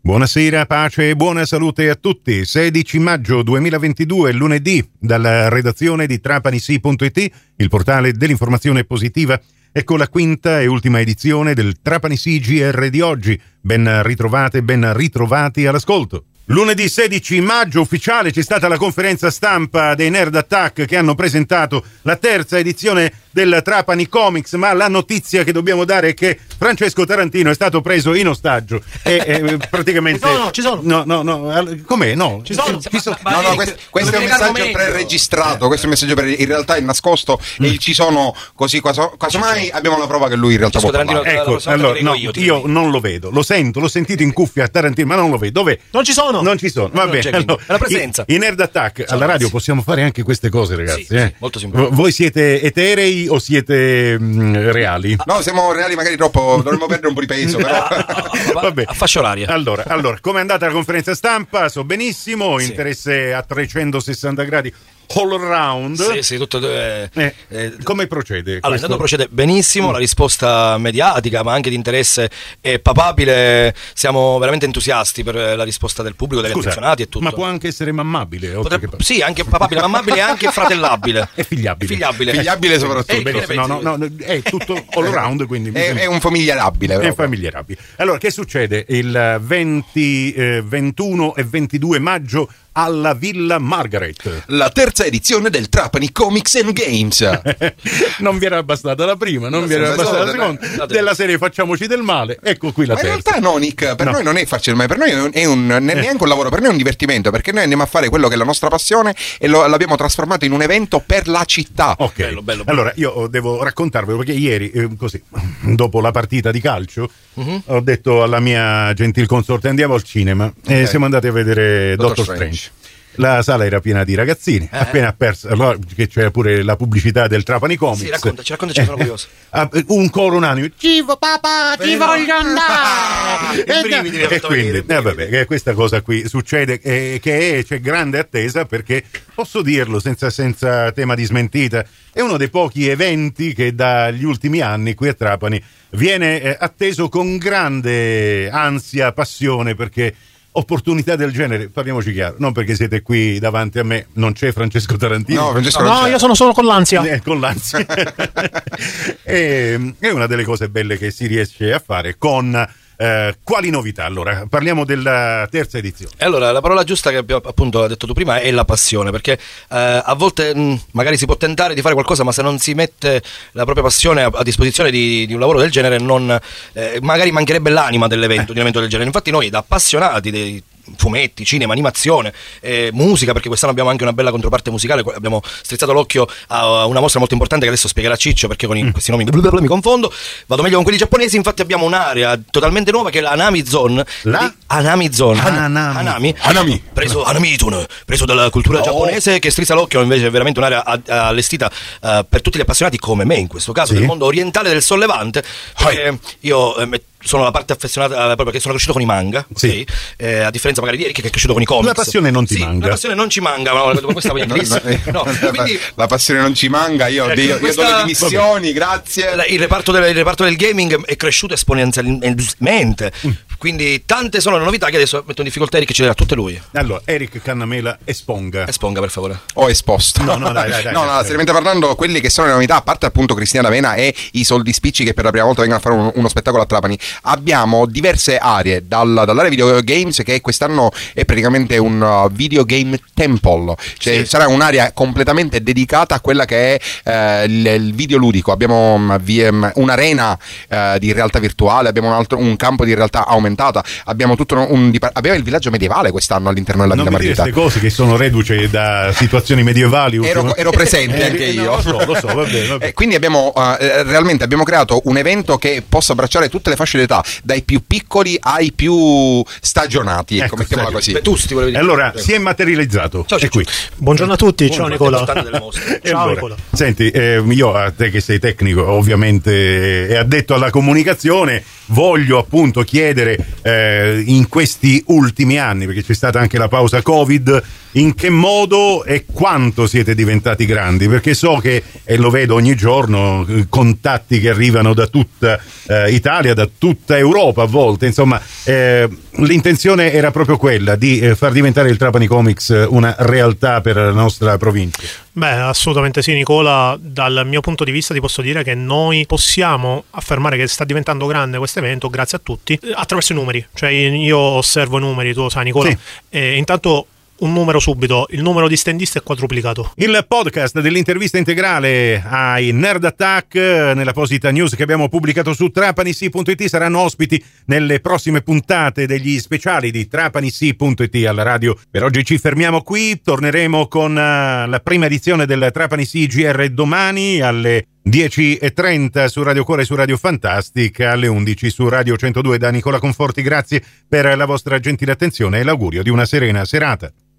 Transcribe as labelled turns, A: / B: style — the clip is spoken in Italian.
A: Buonasera, pace e buona salute a tutti. 16 maggio 2022, lunedì, dalla redazione di trapanisi.it, il portale dell'informazione positiva, ecco la quinta e ultima edizione del Trapanisi GR di oggi. Ben ritrovate, ben ritrovati all'ascolto. Lunedì 16 maggio ufficiale c'è stata la conferenza stampa dei Nerd Attack che hanno presentato la terza edizione del Trapani Comics, ma la notizia che dobbiamo dare è che Francesco Tarantino è stato preso in ostaggio e praticamente
B: ci sono.
A: No, com'è? No,
B: ci sono.
C: Questo è un messaggio preregistrato, questo è un messaggio in realtà è nascosto e ci sono così casomai abbiamo la prova che lui in realtà può parlare.
A: Ecco, allora no, io non lo vedo, l'ho sentito in cuffia a Tarantino, ma non lo vedo. Dov'è?
B: Non ci sono.
A: Va bene. Allora,
B: la presenza.
A: I Nerd Attack alla radio possiamo fare anche queste cose, ragazzi.
B: Sì, molto simpatico.
A: Voi siete eterei o siete reali?
C: No, siamo reali, magari troppo, dovremmo perdere un po' di peso, però.
A: Vabbè.
B: A fascia oraria.
A: Allora, come è andata la conferenza stampa? So benissimo, interesse a 360 gradi. All around.
B: Sì, tutto.
A: Come procede?
B: Allora, intanto procede benissimo, la risposta mediatica, ma anche di interesse è papabile. Siamo veramente entusiasti per la risposta del pubblico, degli affezionati e tutto.
A: Ma può anche essere mammabile.
B: Sì, anche papabile, mammabile e anche fratellabile.
A: È figliabile.
C: Figliabile soprattutto.
A: No, è tutto all around, quindi
C: è un familiarabile.
A: È familiarabile. Allora, che succede il 20, 21 e 22 maggio alla Villa Margaret?
C: La terza edizione del Trapani Comics and Games.
A: Non vi era bastata la prima, non vi era bastata la seconda. Della serie facciamoci del male, ecco qui la terza.
C: In realtà no, Nick, per noi non è farci del male, per noi è neanche un lavoro, per noi è un divertimento, perché noi andiamo a fare quello che è la nostra passione e l'abbiamo trasformato in un evento per la città.
A: Ok, bello. Allora io devo raccontarvelo perché ieri, così, dopo la partita di calcio, ho detto alla mia gentil consorte andiamo al cinema e siamo andati a vedere Doctor Strange. La sala era piena di ragazzini, appena perso, allora che c'era pure la pubblicità del Trapani Comics.
B: Sì, raccontaci, sono curioso.
A: Un coro unanime, Civo papà, ci voglio andare! E quindi, vabbè, questa cosa qui succede, che c'è grande attesa perché, posso dirlo senza tema di smentita, è uno dei pochi eventi che dagli ultimi anni qui a Trapani viene atteso con grande ansia, passione, perché opportunità del genere, parliamoci chiaro, non perché siete qui davanti a me, non c'è Francesco Tarantino.
B: No, io sono solo con l'ansia.
A: Con l'ansia. È una delle cose belle che si riesce a fare con quali novità? Allora, parliamo della terza edizione.
B: Allora, la parola giusta che abbiamo appunto detto tu prima è la passione, perché a volte magari si può tentare di fare qualcosa, ma se non si mette la propria passione a disposizione di un lavoro del genere, magari mancherebbe l'anima dell'evento, di un evento del genere. Infatti noi, da appassionati dei fumetti, cinema, animazione, musica, perché quest'anno abbiamo anche una bella controparte musicale, abbiamo strizzato l'occhio a una mostra molto importante che adesso spiegherà Ciccio, perché con questi nomi mi confondo, vado meglio con quelli giapponesi. Infatti abbiamo un'area totalmente nuova che è l'Anami Zone. Hanami, preso dalla cultura giapponese, che strizza l'occhio. Invece è veramente un'area allestita per tutti gli appassionati come me, in questo caso, del mondo orientale del sollevante. Io sono la parte affezionata proprio perché sono cresciuto con i manga, okay? A differenza magari di Eric che è cresciuto con i comics.
A: La passione non ti manca.
B: La passione non ci manca, ma questa quindi
C: la passione non ci manca, io do le dimissioni, grazie.
B: Il reparto del gaming è cresciuto esponenzialmente. Quindi tante sono le novità che adesso metto in difficoltà Eric, ci darà tutte lui.
A: Allora, Eric Cannamela, esponga per favore.
C: Ho esposto.
A: No, dai.
C: Seriamente parlando, quelli che sono le novità, a parte appunto Cristina D'Avena e i soldi spicci che per la prima volta vengono a fare uno spettacolo a Trapani, abbiamo diverse aree, dall'area videogames, che quest'anno è praticamente un video game temple, cioè sarà un'area completamente dedicata a quella che è il videoludico. Abbiamo un'arena di realtà virtuale, abbiamo un campo di realtà aumentata, abbiamo tutto abbiamo il villaggio medievale quest'anno all'interno della Villa Margherita.
A: Non mi dire queste cose che sono reduce da situazioni medievali.
C: Ero presente anche io.
A: Lo so, va bene.
C: Quindi realmente abbiamo creato un evento che possa abbracciare tutte le fasce d'età, dai più piccoli ai più stagionati, ecco, mettiamola così.
B: Vetusti, volevo dire.
A: Allora, si è materializzato.
B: Ciao,
A: qui.
D: Buongiorno a tutti, ciao Nicola.
A: Ciao Nicola. Senti, io a te che sei tecnico, ovviamente, e addetto alla comunicazione, voglio appunto chiedere in questi ultimi anni, perché c'è stata anche la pausa Covid, in che modo e quanto siete diventati grandi? Perché so che, e lo vedo ogni giorno, contatti che arrivano da tutta Italia, da tutta Europa a volte, insomma, l'intenzione era proprio quella di far diventare il Trapani Comics una realtà per la nostra provincia.
D: Beh, assolutamente sì, Nicola. Dal mio punto di vista ti posso dire che noi possiamo affermare che sta diventando grande questo evento grazie a tutti, attraverso i numeri. Cioè io osservo i numeri, tu lo sai Nicola, e intanto un numero subito, il numero di standisti è quadruplicato.
A: Il podcast dell'intervista integrale ai Nerd Attack, nell'apposita news che abbiamo pubblicato su trapanisi.it, saranno ospiti nelle prossime puntate degli speciali di trapanisi.it alla radio. Per oggi ci fermiamo qui, torneremo con la prima edizione del Trapanisi GR domani alle 10:30 su Radio Cuore e su Radio Fantastica, alle 11 su Radio 102. Da Nicola Conforti, grazie per la vostra gentile attenzione e l'augurio di una serena serata.